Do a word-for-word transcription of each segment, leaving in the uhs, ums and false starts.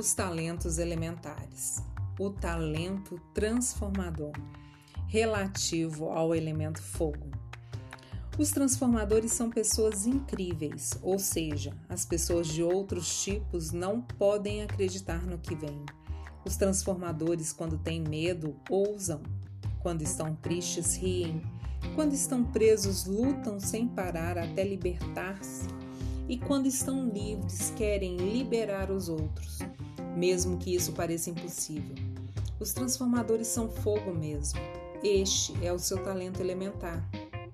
Os talentos elementares. O talento transformador, relativo ao elemento fogo. Os transformadores são pessoas incríveis, ou seja, as pessoas de outros tipos não podem acreditar no que vem. Os transformadores, quando têm medo, ousam. Quando estão tristes, riem. Quando estão presos, lutam sem parar até libertar-se. E quando estão livres, querem liberar os outros, mesmo que isso pareça impossível. Os transformadores são fogo mesmo. Este é o seu talento elementar.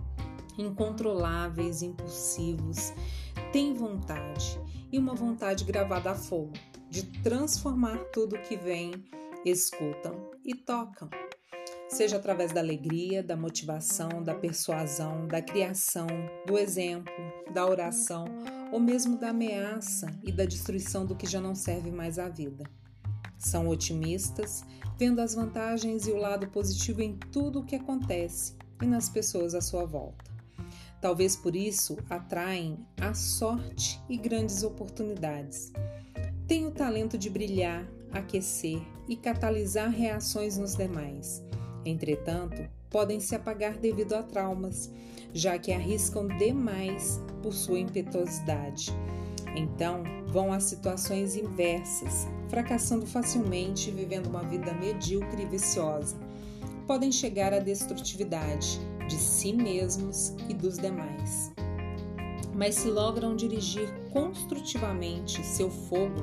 Incontroláveis, impulsivos, têm vontade, e uma vontade gravada a fogo, de transformar tudo que vem, escutam e tocam. Seja através da alegria, da motivação, da persuasão, da criação, do exemplo, da oração, ou mesmo da ameaça e da destruição do que já não serve mais à vida. São otimistas, vendo as vantagens e o lado positivo em tudo o que acontece e nas pessoas à sua volta. Talvez por isso atraem a sorte e grandes oportunidades. Têm o talento de brilhar, aquecer e catalisar reações nos demais. Entretanto, podem se apagar devido a traumas, já que arriscam demais por sua impetuosidade. Então, vão a situações inversas, fracassando facilmente e vivendo uma vida medíocre e viciosa. Podem chegar à destrutividade de si mesmos e dos demais. Mas se logram dirigir construtivamente seu fogo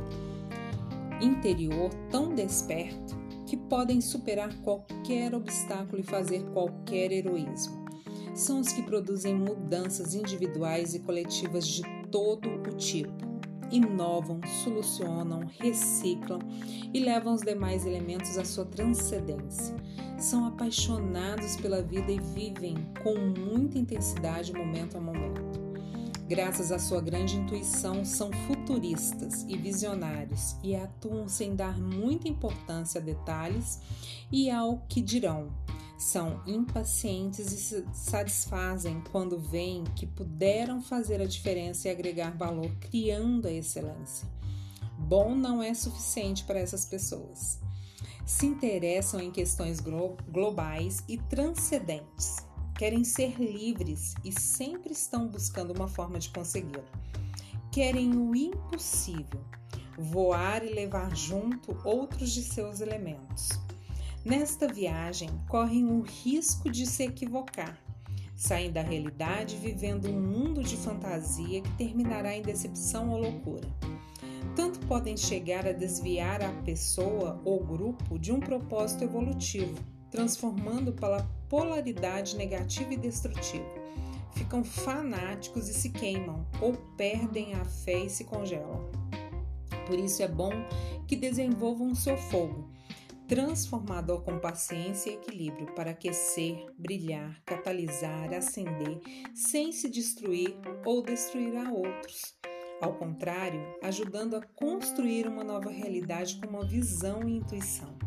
interior tão desperto que podem superar qualquer obstáculo e fazer qualquer heroísmo. São os que produzem mudanças individuais e coletivas de todo o tipo. Inovam, solucionam, reciclam e levam os demais elementos à sua transcendência. São apaixonados pela vida e vivem com muita intensidade momento a momento. Graças à sua grande intuição, são futuristas e visionários e atuam sem dar muita importância a detalhes e ao que dirão. São impacientes e se satisfazem quando veem que puderam fazer a diferença e agregar valor, criando a excelência. Bom não é suficiente para essas pessoas. Se interessam em questões glo- globais e transcendentes. Querem ser livres e sempre estão buscando uma forma de consegui-lo. Querem o impossível, voar e levar junto outros de seus elementos. Nesta viagem, correm o risco de se equivocar, saem da realidade vivendo um mundo de fantasia que terminará em decepção ou loucura. Tanto podem chegar a desviar a pessoa ou grupo de um propósito evolutivo, transformando pela polaridade negativa e destrutiva. Ficam fanáticos e se queimam, ou perdem a fé e se congelam. Por isso é bom que desenvolvam o seu fogo, transformador com paciência e equilíbrio para aquecer, brilhar, catalisar, acender, sem se destruir ou destruir a outros. Ao contrário, ajudando a construir uma nova realidade com uma visão e intuição.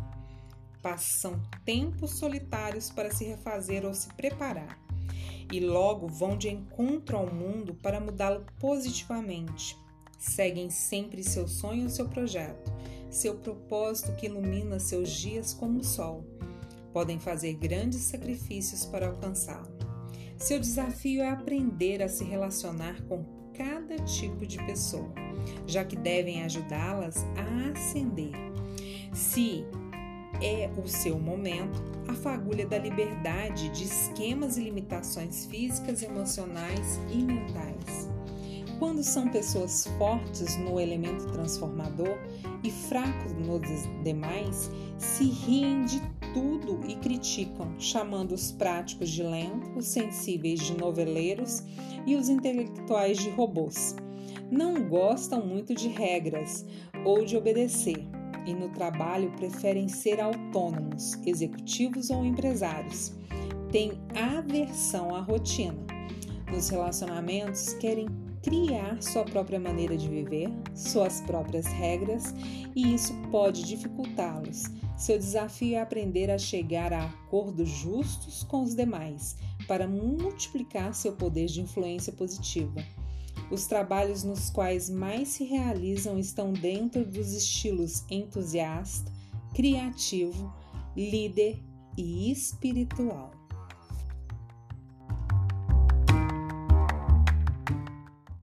Passam tempos solitários para se refazer ou se preparar, e logo vão de encontro ao mundo para mudá-lo positivamente. Seguem sempre seu sonho ou seu projeto, seu propósito que ilumina seus dias como o sol. Podem fazer grandes sacrifícios para alcançá-lo. Seu desafio é aprender a se relacionar com cada tipo de pessoa, já que devem ajudá-las a ascender. Se é o seu momento, a fagulha da liberdade de esquemas e limitações físicas, emocionais e mentais. Quando são pessoas fortes no elemento transformador e fracos nos demais, se riem de tudo e criticam, chamando os práticos de lentos, os sensíveis de noveleiros e os intelectuais de robôs. Não gostam muito de regras ou de obedecer, e no trabalho preferem ser autônomos, executivos ou empresários. Têm aversão à rotina. Nos relacionamentos, querem criar sua própria maneira de viver, suas próprias regras, e isso pode dificultá-los. Seu desafio é aprender a chegar a acordos justos com os demais, para multiplicar seu poder de influência positiva. Os trabalhos nos quais mais se realizam estão dentro dos estilos entusiasta, criativo, líder e espiritual.